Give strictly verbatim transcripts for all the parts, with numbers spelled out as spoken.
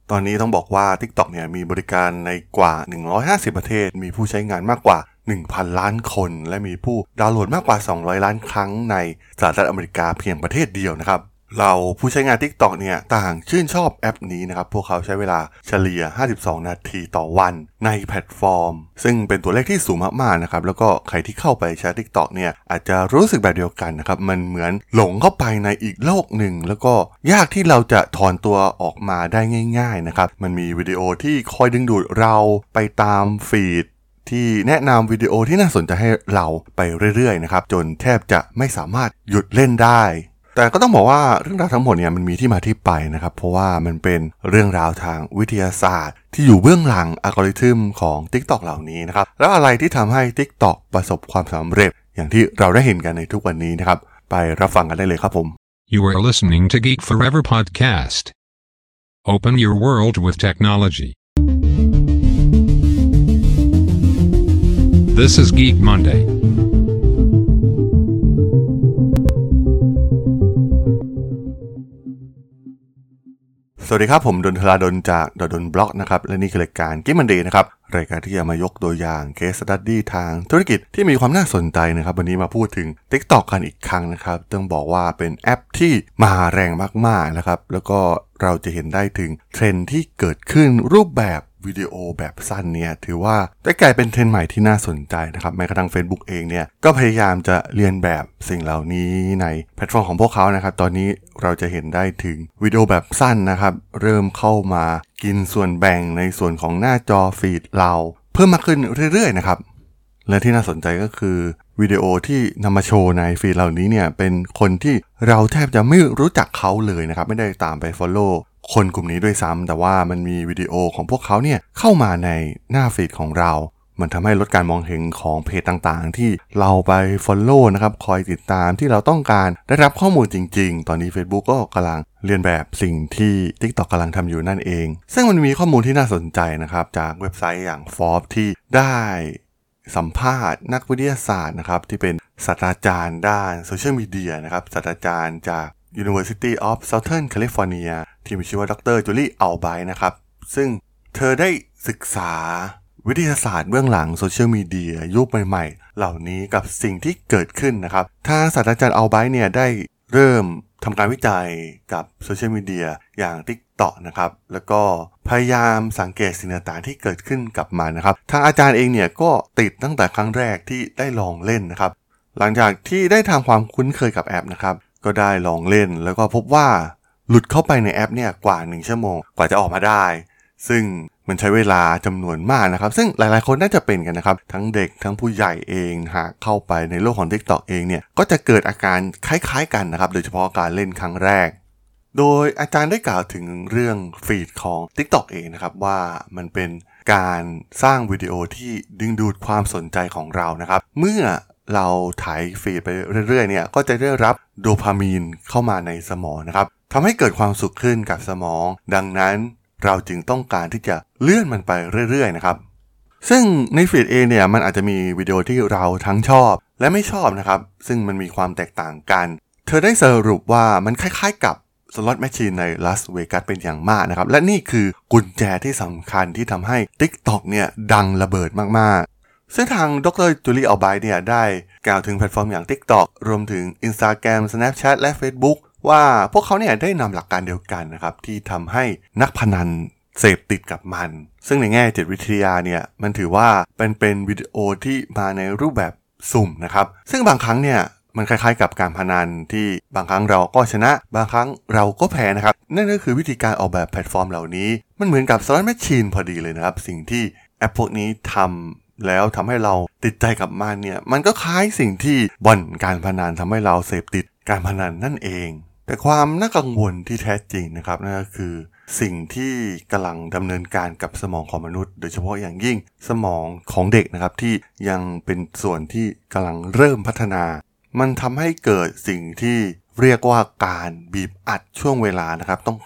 ตอนนี้ต้องบอกว่า TikTok เนี่ยมีบริการในกว่าหนึ่งร้อยห้าสิบประเทศมีผู้ใช้งานมากกว่า หนึ่งพัน ล้านคนและมีผู้ดาวน์โหลดมากกว่าสองร้อยล้านครั้งในสหรัฐอเมริกาเพียงประเทศเดียวนะครับเราผู้ใช้งาน TikTok เนี่ยต่างชื่นชอบแอปนี้นะครับพวกเขาใช้เวลาเฉลี่ยห้าสิบสองนาทีต่อวันในแพลตฟอร์มซึ่งเป็นตัวเลขที่สูงมากๆนะครับแล้วก็ใครที่เข้าไปใช้ TikTok เนี่ยอาจจะรู้สึกแบบเดียวกันนะครับมันเหมือนหลงเข้าไปในอีกโลกหนึ่งแล้วก็ยากที่เราจะถอนตัวออกมาได้ง่ายๆนะครับมันมีวิดีโอที่คอยดึงดูดเราไปตามฟีดที่แนะนำวิดีโอที่น่าสนใจให้เราไปเรื่อยๆนะครับจนแทบจะไม่สามารถหยุดเล่นได้แต่ก็ต้องบอกว่าเรื่องราวทั้งหมดเนี่ยมันมีที่มาที่ไปนะครับเพราะว่ามันเป็นเรื่องราวทางวิทยาศาสตร์ที่อยู่เบื้องหลังอัลกอริทึมของ TikTok เหล่านี้นะครับแล้วอะไรที่ทำให้ TikTok ประสบความสำเร็จอย่างที่เราได้เห็นกันในทุกวันนี้นะครับไปรับฟังกันได้เลยครับผม You are listening to Geek Forever podcast. Open your world with technology. This is Geek Monday. สวัสดีครับผมดนทราดลจากดนบล็อกนะครับและนี่คือรายการ Geek Monday นะครับรายการที่จะมายกตัวอย่าง Case Study ทางธุรกิจที่มีความน่าสนใจนะครับวันนี้มาพูดถึง TikTok กันอีกครั้งนะครับต้องบอกว่าเป็นแอปที่มาแรงมากๆนะครับแล้วก็เราจะเห็นได้ถึงเทรนด์ที่เกิดขึ้นรูปแบบวิดีโอแบบสั้นเนี่ยถือว่าได้กลายเป็นเทรนด์ใหม่ที่น่าสนใจนะครับแม้กระทั่ง Facebook เองเนี่ยก็พยายามจะเรียนแบบสิ่งเหล่านี้ในแพลตฟอร์มของพวกเขานะครับตอนนี้เราจะเห็นได้ถึงวิดีโอแบบสั้นนะครับเริ่มเข้ามากินส่วนแบ่งในส่วนของหน้าจอฟีดเราเพิ่มมากขึ้นเรื่อยๆนะครับและที่น่าสนใจก็คือวิดีโอที่นำมาโชว์ในฟีดเหล่านี้เนี่ยเป็นคนที่เราแทบจะไม่รู้จักเขาเลยนะครับไม่ได้ตามไป followคนกลุ่มนี้ด้วยซ้ำแต่ว่ามันมีวิดีโอของพวกเขาเนี่ยเข้ามาในหน้าฟีดของเรามันทำให้ลดการมองเห็นของเพจต่างๆที่เราไป follow นะครับคอยติดตามที่เราต้องการได้รับข้อมูลจริงๆตอนนี้ Facebook ก็กำลังเรียนแบบสิ่งที่ TikTok กำลังทำอยู่นั่นเองซึ่งมันมีข้อมูลที่น่าสนใจนะครับจากเว็บไซต์อย่าง Forbes ที่ได้สัมภาษณ์นักวิทยาศาสตร์นะครับที่เป็นศาสตราจารย์ด้านโซเชียลมีเดียนะครับศาสตราจารย์จาก University of Southern California ที่มีชื่อว่าดรจูลี่อัลไบร์นะครับซึ่งเธอได้ศึกษาวิทยาศาสตร์เบื้องหลังโซเชียลมีเดียยุคใหม่ๆเหล่านี้กับสิ่งที่เกิดขึ้นนะครับทางศาสตราจารย์อัลไบร์เนี่ยได้เริ่มทำการวิจัยกับโซเชียลมีเดียอย่าง TikTok นะครับแล้วก็พยายามสังเกตสิ่งต่างๆที่เกิดขึ้นกับมันนะครับทางอาจารย์เองเนี่ยก็ติดตั้งแต่ครั้งแรกที่ได้ลองเล่นนะครับหลังจากที่ได้ทำความคุ้นเคยกับแอปนะครับก็ได้ลองเล่นแล้วก็พบว่าหลุดเข้าไปในแอปเนี่ยกว่าหนึ่งชั่วโมงกว่าจะออกมาได้ซึ่งมันใช้เวลาจำนวนมากนะครับซึ่งหลายๆคนน่าจะเป็นกันนะครับทั้งเด็กทั้งผู้ใหญ่เองหากเข้าไปในโลกของ TikTok เองเนี่ยก็จะเกิดอาการคล้ายๆกันนะครับโดยเฉพาะการเล่นครั้งแรกโดยอาจารย์ได้กล่าวถึงเรื่องฟีดของ TikTok เองนะครับว่ามันเป็นการสร้างวิดีโอที่ดึงดูดความสนใจของเรานะครับเมื่อเราถ่ายฟีดไปเรื่อยๆเนี่ยก็จะได้รับโดพามีนเข้ามาในสมองนะครับทำให้เกิดความสุขขึ้นกับสมองดังนั้นเราจึงต้องการที่จะเลื่อนมันไปเรื่อยๆนะครับซึ่งในฟีดเองเนี่ยมันอาจจะมีวิดีโอที่เราทั้งชอบและไม่ชอบนะครับซึ่งมันมีความแตกต่างกันเธอได้สรุปว่ามันคล้ายๆกับสล็อตแมชชีนในลาสเวกัสเป็นอย่างมากนะครับและนี่คือกุญแจที่สำคัญที่ทำให้ TikTok เนี่ยดังระเบิดมากๆซึ่งทางดรจูลี่อัลไบร์เนี่ยได้กล่าวถึงแพลตฟอร์มอย่าง TikTok รวมถึง Instagram Snapchat และ Facebookว่าพวกเขาเนี่ยได้นำหลักการเดียวกันนะครับที่ทำให้นักพนันเสพติดกับมันซึ่งในแง่จิตวิทยาเนี่ยมันถือว่าเป็นเป็นวิดีโอที่มาในรูปแบบสุ่มนะครับซึ่งบางครั้งเนี่ยมันคล้ายๆกับการพนันที่บางครั้งเราก็ชนะบางครั้งเราก็แพ้นะครับนั่นก็คือวิธีการออกแบบแพลตฟอร์มเหล่านี้มันเหมือนกับสล็อตแมชชีนพอดีเลยนะครับสิ่งที่แอปพวกนี้ทำแล้วทำให้เราติดใจกับมันเนี่ยมันก็คล้ายสิ่งที่บ่อนการพนันทำให้เราเสพติดการพนันนั่นเองแต่ความน่ากังวลที่แท้จริงนะครับนั่นก็คือสิ่งที่กำลังดำเนินการกับสมองของมนุษย์โดยเฉพาะอย่างยิ่งสมองของเด็กนะครับที่ยังเป็นส่วนที่กำลังเริ่มพัฒนามันทำให้เกิดสิ่งที่เรียกว่าการบีบอัดช่วงเวลานะครับต้องการ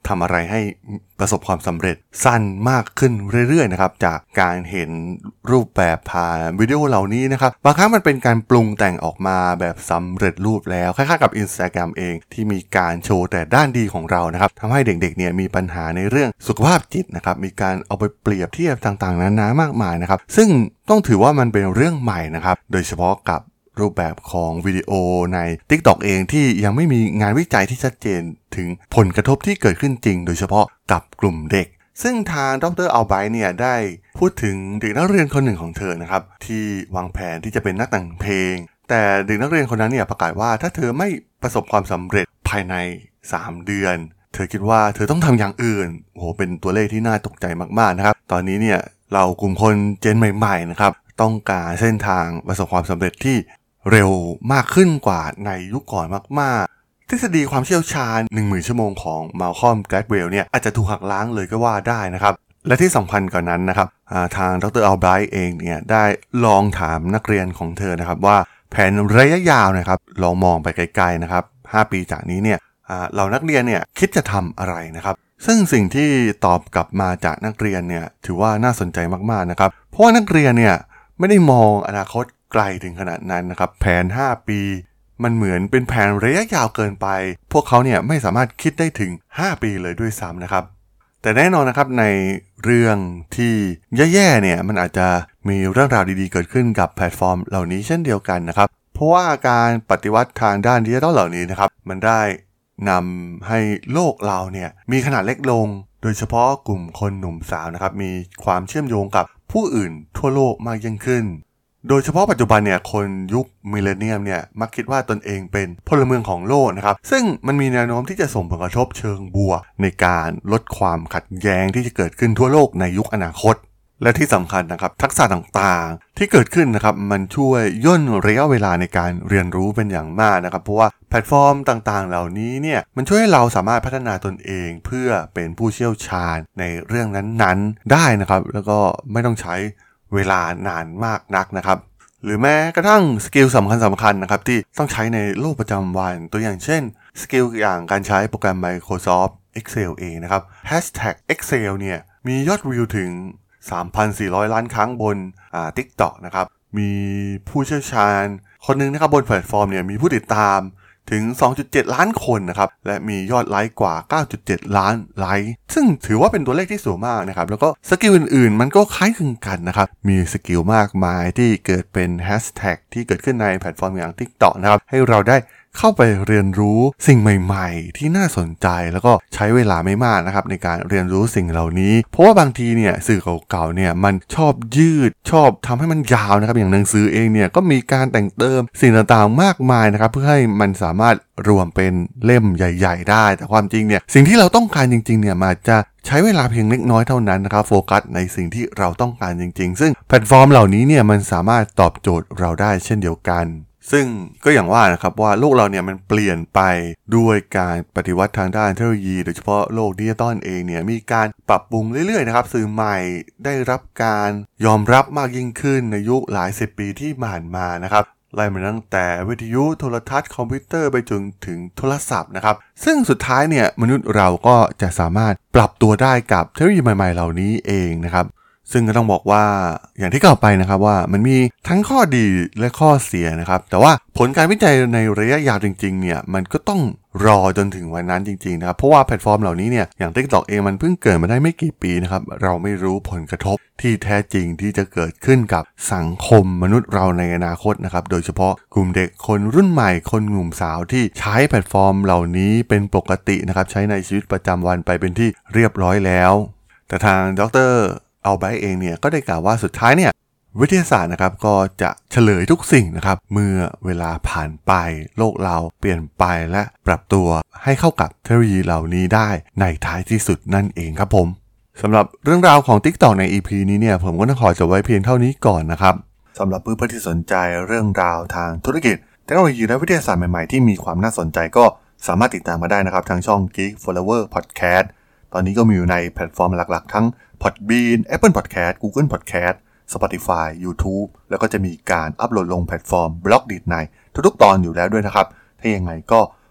ทำอะไรให้ประสบความสำเร็จสั้นมากขึ้นเรื่อยๆนะครับจากการเห็นรูปแบบผ่านวิดีโอเหล่านี้นะครับบางครั้งมันเป็นการปรุงแต่งออกมาแบบสำเร็จรูปแล้วคล้ายๆกับ Instagram เองที่มีการโชว์แต่ด้านดีของเรานะครับทำให้เด็กๆเนี่ยมีปัญหาในเรื่องสุขภาพจิตนะครับมีการเอาไปเปรียบเทียบต่างๆนานามากมายนะครับซึ่งต้องถือว่ามันเป็นเรื่องใหม่นะครับโดยเฉพาะกับรูปแบบของวิดีโอใน TikTok เองที่ยังไม่มีงานวิจัยที่ชัดเจนถึงผลกระทบที่เกิดขึ้นจริงโดยเฉพาะกับกลุ่มเด็กซึ่งทางดรอัลไบรท์เนี่ยได้พูดถึงเด็กนักเรียนคนหนึ่งของเธอนะครับที่วางแผนที่จะเป็นนักแต่งเพลงแต่เด็กนักเรียนคนนั้นเนี่ยประกาศว่าถ้าเธอไม่ประสบความสำเร็จภายในสามเดือนเธอคิดว่าเธอต้องทำอย่างอื่นโอ้โหเป็นตัวเลขที่น่าตกใจมากๆนะครับตอนนี้เนี่ยเรากลุ่มคนเจนใหม่ๆนะครับต้องการเส้นทางประสบความสำเร็จที่เร็วมากขึ้นกว่าในยุคก่อนมากๆทฤษฎีความเชี่ยวชาญ หนึ่งหมื่น ชั่วโมงของมัลคอล์ม แกลดเวลเนี่ยอาจจะถูกหักล้างเลยก็ว่าได้นะครับและที่สำคัญกว่านั้นนะครับทางดรอัลไบรท์เองเนี่ยได้ลองถามนักเรียนของเธอนะครับว่าแผนระยะยาวนะครับลองมองไปไกลๆนะครับห้าปีจากนี้เนี่ยเรานักเรียนเนี่ยคิดจะทำอะไรนะครับซึ่งสิ่งที่ตอบกลับมาจากนักเรียนเนี่ยถือว่าน่าสนใจมากๆนะครับเพราะว่านักเรียนเนี่ยไม่ได้มองอนาคตไกลถึงขนาดนั้นนะครับแผนห้าปีมันเหมือนเป็นแผนระยะยาวเกินไปพวกเขาเนี่ยไม่สามารถคิดได้ถึงห้าปีเลยด้วยซ้ำนะครับแต่แน่นอนนะครับในเรื่องที่แย่ๆเนี่ยมันอาจจะมีเรื่องราวดีๆเกิดขึ้นกับแพลตฟอร์มเหล่านี้เช่นเดียวกันนะครับเพราะว่าการปฏิวัติทางด้านดิจิทัลเหล่านี้นะครับมันได้นำให้โลกเราเนี่ยมีขนาดเล็กลงโดยเฉพาะกลุ่มคนหนุ่มสาวนะครับมีความเชื่อมโยงกับผู้อื่นทั่วโลกมากยิ่งขึ้นโดยเฉพาะปัจจุบันเนี่ยคนยุคมิลเลนเนียมเนี่ยมักคิดว่าตนเองเป็นพลเมืองของโลกนะครับซึ่งมันมีแนวโน้มที่จะส่งผลกระทบเชิงบวกในการลดความขัดแย้งที่จะเกิดขึ้นทั่วโลกในยุคอนาคตและที่สำคัญนะครับทักษะต่างๆที่เกิดขึ้นนะครับมันช่วยย่นระยะเวลาในการเรียนรู้เป็นอย่างมากนะครับเพราะว่าแพลตฟอร์มต่างๆเหล่านี้เนี่ยมันช่วยให้เราสามารถพัฒนาตนเองเพื่อเป็นผู้เชี่ยวชาญในเรื่องนั้นๆได้นะครับแล้วก็ไม่ต้องใช้เวลานานมากนักนะครับหรือแม้กระทั่งสกิลสำคัญสำคัญนะครับที่ต้องใช้ในโลกประจำวันตัวอย่างเช่นสกิลอย่างการใช้โปรแกรม Microsoft Excel เองนะครับ Hashtag Excel เนี่ยมียอดวิวถึง สามพันสี่ร้อย ล้านครั้งบนอ่า TikTok นะครับมีผู้เชี่ยวชาญคนนึงนะครับบนแพลตฟอร์มเนี่ยมีผู้ติดตามถึง สองจุดเจ็ด ล้านคนนะครับและมียอดไลค์กว่า เก้าจุดเจ็ด ล้านไลค์ซึ่งถือว่าเป็นตัวเลขที่สูงมากนะครับแล้วก็สกิลอื่นๆมันก็คล้ายคลึงกันนะครับมีสกิลมากมายที่เกิดเป็นแฮชแท็กที่เกิดขึ้นในแพลตฟอร์มอย่าง TikTok นะครับให้เราได้เข้าไปเรียนรู้สิ่งใหม่ๆที่น่าสนใจแล้วก็ใช้เวลาไม่มากนะครับในการเรียนรู้สิ่งเหล่านี้เพราะว่าบางทีเนี่ยสื่อเก่าๆเนี่ยมันชอบยืดชอบทำให้มันยาวนะครับอย่างหนังสือเองเนี่ยก็มีการแต่งเติมสิ่งต่างๆมากมายนะครับเพื่อให้มันสามารถรวมเป็นเล่มใหญ่ๆได้แต่ความจริงเนี่ยสิ่งที่เราต้องการจริงๆเนี่ยมันจะใช้เวลาเพียงเล็กน้อยเท่านั้นนะครับโฟกัสในสิ่งที่เราต้องการจริงๆซึ่งแพลตฟอร์มเหล่านี้เนี่ยมันสามารถตอบโจทย์เราได้เช่นเดียวกันซึ่งก็อย่างว่านะครับว่าโลกเราเนี่ยมันเปลี่ยนไปด้วยการปฏิวัติทางด้านเทคโนโลยีโดยเฉพาะโลกดิจิตอลเองเนี่ยมีการปรับปรุงเรื่อยๆนะครับสื่อใหม่ได้รับการยอมรับมากยิ่งขึ้นในยุคหลายสิบปีที่ผ่านมานะครับไล่มาตั้งแต่วิทยุโทรทัศน์คอมพิวเตอร์ไปจนถึงโทรศัพท์นะครับซึ่งสุดท้ายเนี่ยมนุษย์เราก็จะสามารถปรับตัวได้กับเทคโนโลยีใหม่ๆเหล่านี้เองนะครับซึ่งก็ต้องบอกว่าอย่างที่กล่าวไปนะครับว่ามันมีทั้งข้อดีและข้อเสียนะครับแต่ว่าผลการวิจัยในระยะยาวจริงๆเนี่ยมันก็ต้องรอจนถึงวันนั้นจริงๆนะครับเพราะว่าแพลตฟอร์มเหล่านี้เนี่ยอย่าง TikTok เองมันเพิ่งเกิดมาได้ไม่กี่ปีนะครับเราไม่รู้ผลกระทบที่แท้จริงที่จะเกิดขึ้นกับสังคมมนุษย์เราในอนาคตนะครับโดยเฉพาะกลุ่มเด็กคนรุ่นใหม่คนหนุ่มสาวที่ใช้แพลตฟอร์มเหล่านี้เป็นปกตินะครับใช้ในชีวิตประจำวันไปเป็นที่เรียบร้อยแล้วแต่ทางดรอัลไบรท์เองเนี่ยก็ได้กล่าวว่าสุดท้ายเนี่ยวิทยาศาสตร์นะครับก็จะเฉลยทุกสิ่งนะครับเมื่อเวลาผ่านไปโลกเราเปลี่ยนไปและปรับตัวให้เข้ากับเทคโนโลยีเหล่านี้ได้ในท้ายที่สุดนั่นเองครับผมสำหรับเรื่องราวของ TikTok ใน อี พี นี้เนี่ยผมก็ต้องขอจบไว้เพียงเท่านี้ก่อนนะครับสำหรับเพื่อนๆที่สนใจเรื่องราวทางธุรกิจเทคโนโลยีและวิทยาศาสตร์ใหม่ๆที่มีความน่าสนใจก็สามารถติดตามมาได้นะครับทางช่อง Geek Flower Podcast ตอนนี้ก็มีอยู่ในแพลตฟอร์มหลักๆทั้งPodbean, Apple Podcast, Google Podcast, Spotify, YouTube แล้วก็จะมีการอัปโหลดลงแพลตฟอร์ม Blogdit ในทุกๆตอนอยู่แล้วด้วยนะครับถ้ายังไงก็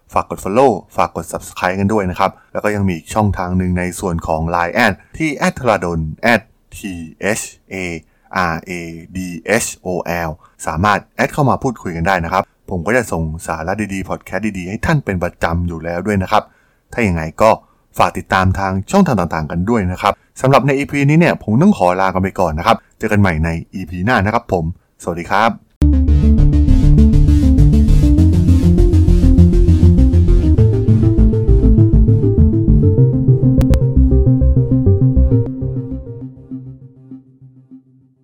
ฝากกด follow ฝากกด subscribe กันด้วยนะครับแล้วก็ยังมีอีกช่องทางหนึ่งในส่วนของ ไลน์ แอด ที่ แอท ธราดล แอท ที เอช เอ อาร์ เอ ดี เอช โอ แอล สามารถแอดเข้ามาพูดคุยกันได้นะครับผมก็จะส่งสาระดีๆพอดแคสต์ดีๆให้ท่านเป็นประจำอยู่แล้วด้วยนะครับถ้าอย่างไรก็ฝากติดตามทางช่องทางต่างๆกันด้วยนะครับสำหรับใน อี พี นี้เนี่ยผมต้องขอลากันไปก่อนนะครับเจอกันใหม่ใน อี พี หน้านะครับผมสวัสดีครับ